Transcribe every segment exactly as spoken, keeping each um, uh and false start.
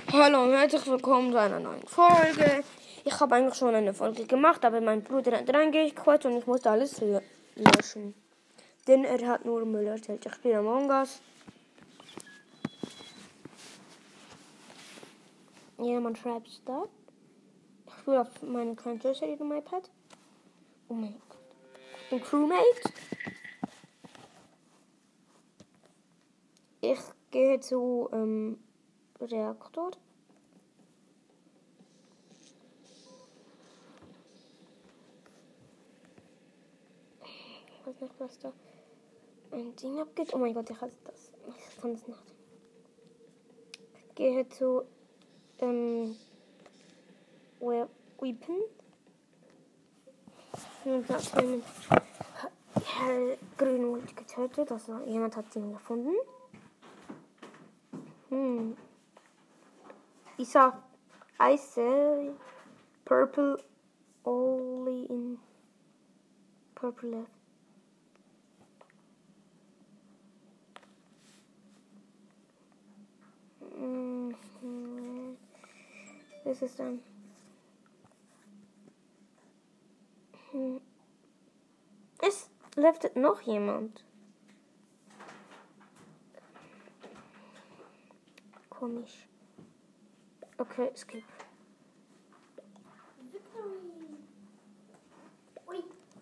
Hallo und herzlich willkommen zu einer neuen Folge. Ich habe eigentlich schon eine Folge gemacht, aber mein Bruder hat reingequatscht und ich musste alles lö- löschen. Denn er hat nur Müll erzählt. Ich spiele Among Us. Jemand schreibt Stop. Ich spiele auf meinem kleinen Jersey auf meinem iPad. Oh mein Gott. Ein Crewmate. Ich gehe zu ähm, Reaktor. Ich weiß nicht, was da ein Ding abgeht. Oh mein Gott, ich hasse das. Ich kann es nicht. Ich gehe zu ähm, We- Weapon. Und da hat jemand Herr Grünwald getötet. Also jemand hat ihn gefunden. Hm. Ich sah I say purple only in purple left. Hm. Was ist dann? Hm. Es leftet noch jemand. Komisch. Okay, skip. Ui.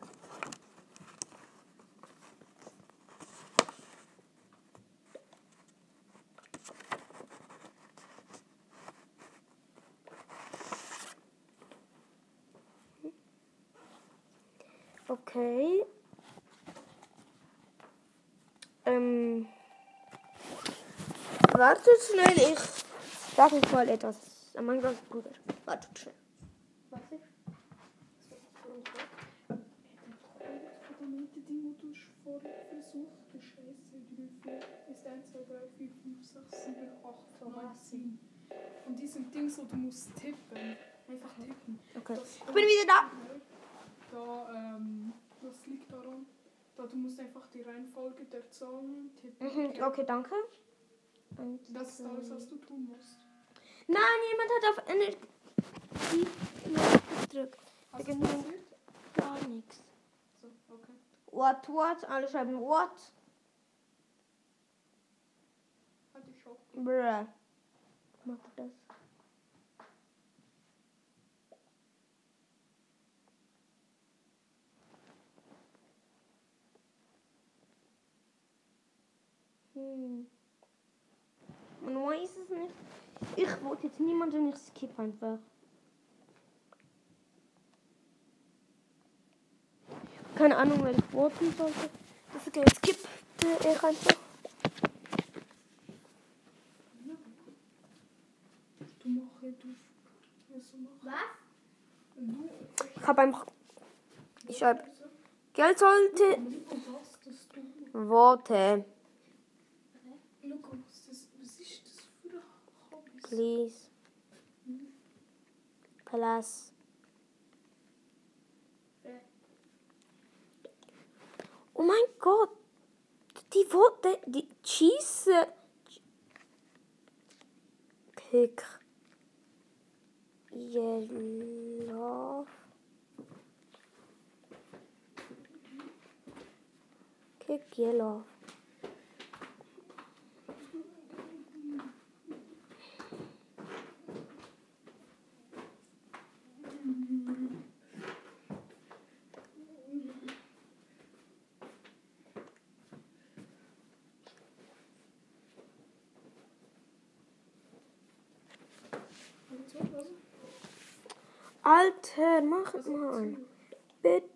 Okay. Ähm. Wartet schnell, ich sag euch mal etwas. Mein großer Bruder. Wartet schnell. Was ist? Verdammt, Ding, wo du vorher versucht hast, Scheiße, drei, vier, ist eins, zwei, drei, vier, fünf, sechs, sieben, acht, neun, zehn. Von diesem Ding, so du musst tippen. Einfach tippen. Okay. Das Ich bin wieder da. Da, ähm, das liegt daran, da du musst einfach die Reihenfolge der Zahlen tippen. Mhm, okay, danke. Und Das ist alles, was du tun musst. Nein, jemand hat auf Energie gedrückt. Was ist Wegen passiert? gar nichts. So, okay. What, what? Alle schreiben what? Hatte ich auch. Bruh. Mach das. Hm. Man weiß es nicht. Ich wollte jetzt niemanden, ich skip einfach. Keine Ahnung, wer ich voten sollte. Deswegen skippte ich einfach. Du machst du. Was du machst. Was? Du. Ich habe einfach. Ich schreibe. Geld sollte. Was, dass du. Vote. Look, was, das, was ist das für ein Hobby? Please. Plus. Oh mein Gott. Die Vote. Die Cheese. Kick. Yellow. Kick yellow. Alter, mach mal. Bitte.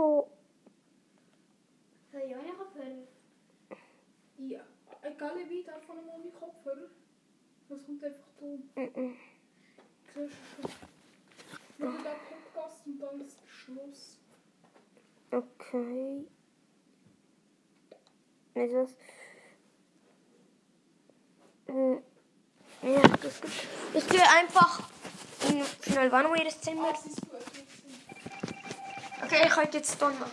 Soll ich auch nicht aufhören? Ja, egal wie, darf man mal die Kopfhörer. Das kommt einfach dumm. Mm-mm. Siehst du schon? Nur der Podcast und dann ist Schluss. Okay. Ist das? Hm. Ja, das gibt. Ich gehe einfach in schnell wann ihr Zimmer. Das ist gut. Okay, ich halte jetzt Donner.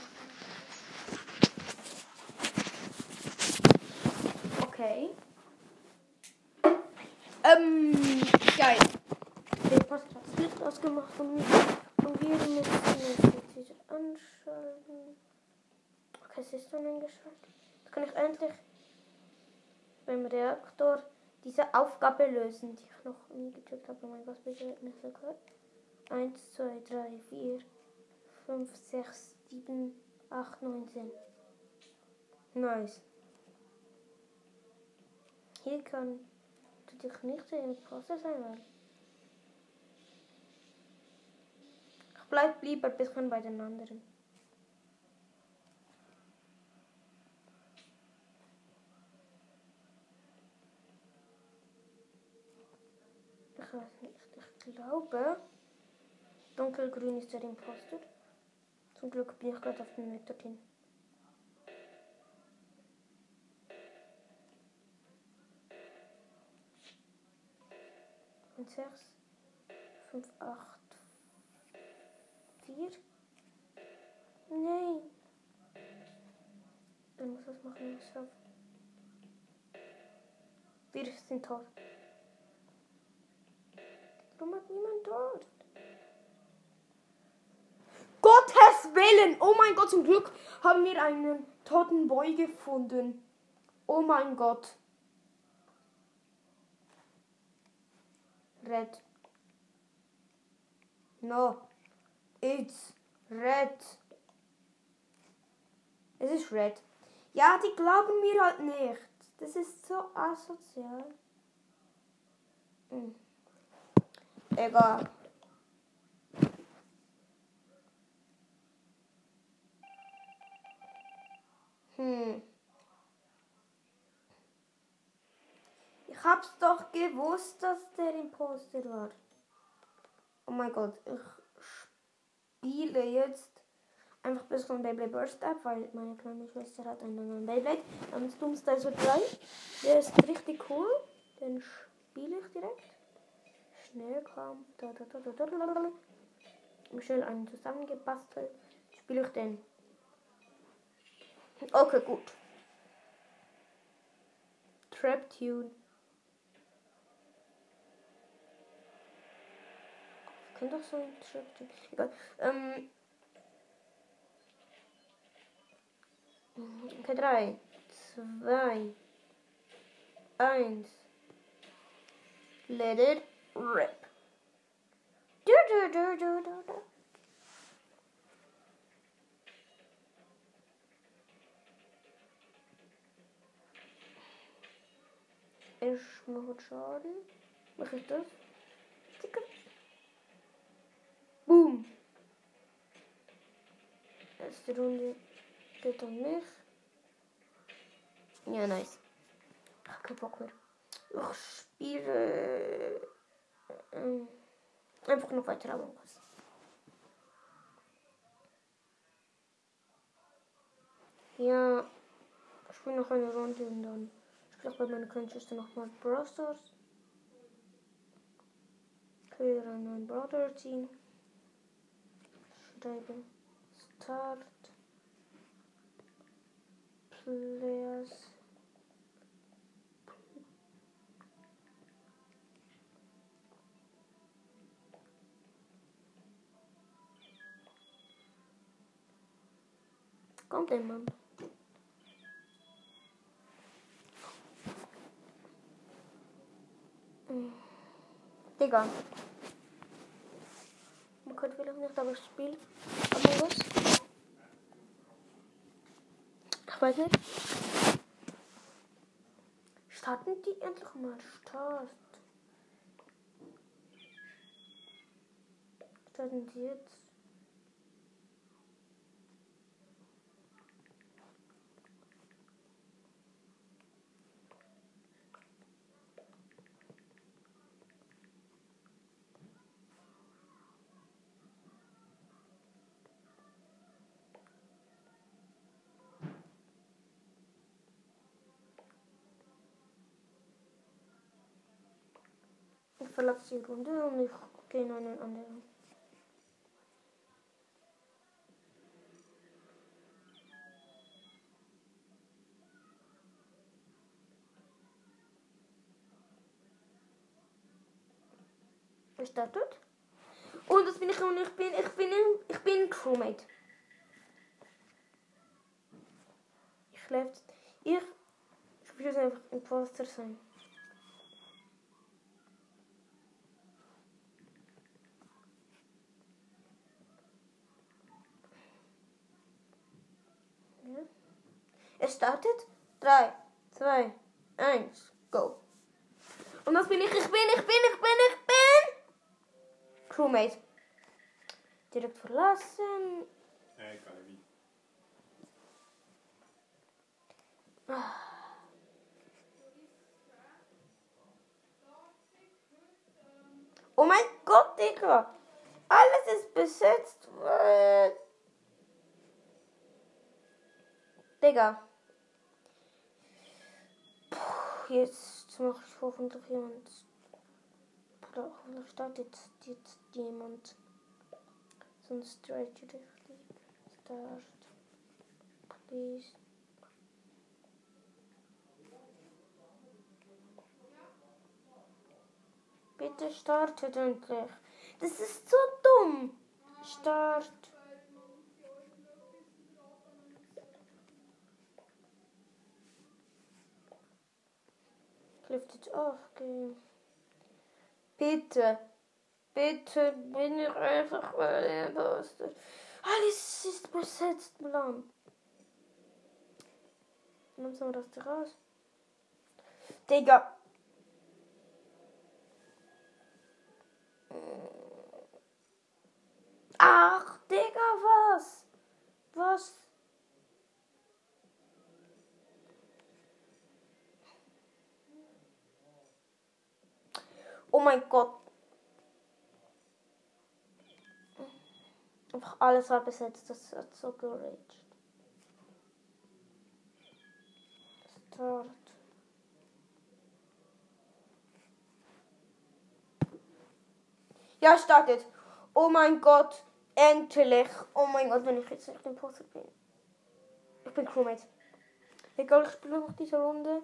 Okay. Ähm, geil. Der Post hat das Licht ausgemacht und, und wir müssen jetzt wieder anschalten. Okay, es ist schon eingeschaltet. Jetzt kann ich endlich beim Reaktor diese Aufgabe lösen, die ich noch nie gecheckt habe. Oh mein Gott, bitte nicht so klar. eins, zwei, drei, vier, fünf, sechs, sieben, acht, neun, zehn. Nice. Hier kann natürlich nicht der Imposter sein, weil ich bleib lieber ein bisschen bei den anderen. Ich weiß nicht, ich glaube, dunkelgrün ist der Imposter. Zum Glück bin ich gerade auf dem Weg dorthin. Und sechs, fünf, acht, vier. Nein. Ich muss was machen, ich schaffe. Wir sind tot. Warum hat niemand dort? Gottes Willen! Oh mein Gott, zum Glück haben wir einen toten Boy gefunden. Oh mein Gott. Red. No. It's red. Es ist red. Ja, die glauben mir halt nicht. Das ist so asozial. Hm. Egal. Hm. Ich hab's doch gewusst, dass der Imposter war. Oh mein Gott, ich spiele jetzt einfach ein bisschen Beyblade Burst ab, weil meine kleine Schwester hat einen neuen Beyblade namens Doomsdicer drei. Der ist richtig cool. Den spiele ich direkt. Schnellkampf. Da, da, da, da, da, da. Schnell einen zusammengebastelt. Spiele ich den. Okay, gut. Trap Tune. Ich kann doch so ein Trap Tune. Egal. Ähm. Okay, drei, zwei, eins. Let it rip. Du, du, du, du, du, du. Ich mache Schaden. Mache ich das? Zicker. Boom. Erste Runde geht um mich. Ja, nice. Ich hab keinen Bock mehr. Ich spiele ähm, einfach noch weiter Among Us. Ja, ich spiele noch eine Runde und dann spiele ich bei meiner kleinen Schwester nochmal Brawl Stars. Ich will einen neuen Browser ziehen. Schreiben Start Players. Kommt der Mann? Hm. Digga. Man könnte vielleicht nicht, aber ich spiele Among Us. Ich weiß nicht. Starten die endlich mal? Start. Starten sie jetzt? Ich verlasse die Runde und ich gehe in eine andere. Gestartet. Und das bin ich und ich bin, ich bin, ich bin Crewmate. Ich lebe, ich, ich will jetzt einfach Imposter sein. Ja. Es startet. drei, zwei, eins, go. Und das bin ich, ich bin, ich bin, ich bin, ich bin Crewmate. Direkt verlassen. Äh, egal wie. Oh mein Gott, Digga. Alles ist besetzt. Äh. Digga. Puh, jetzt mache ich hoffentlich jemand. Hoffentlich startet jetzt jemand. Sonst straight you Start. Please. Bitte startet endlich. Das ist so dumm. Start. Liftet auf. Okay. Bitte. Bitte bin ich einfach mal Imposter. Alles ist besetzt, Mann. Langsam rast du raus. Digga. Ach, Digga, was? Was? Oh mein Gott. Einfach alles war besetzt. Das hat so geraged. Start. Ja, startet. Oh mein Gott. Endlich. Oh mein Gott, wenn ich jetzt nicht im Poster bin. Ich bin Crewmate. Egal, ich spiele noch diese Runde.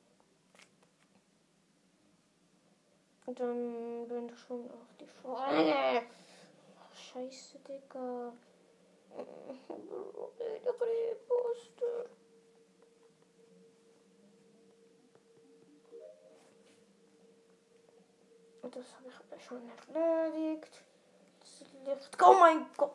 Und dann bin ich schon auf die Frage. Scheiße, Digga. Ich Poster. Das habe ich schon erledigt. Das Licht. Oh mein Gott.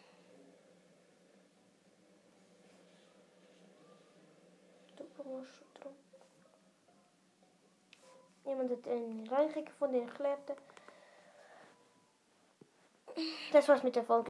Jemand hat einen Reiche gefunden, den ich lebte. Das war's mit der Folge.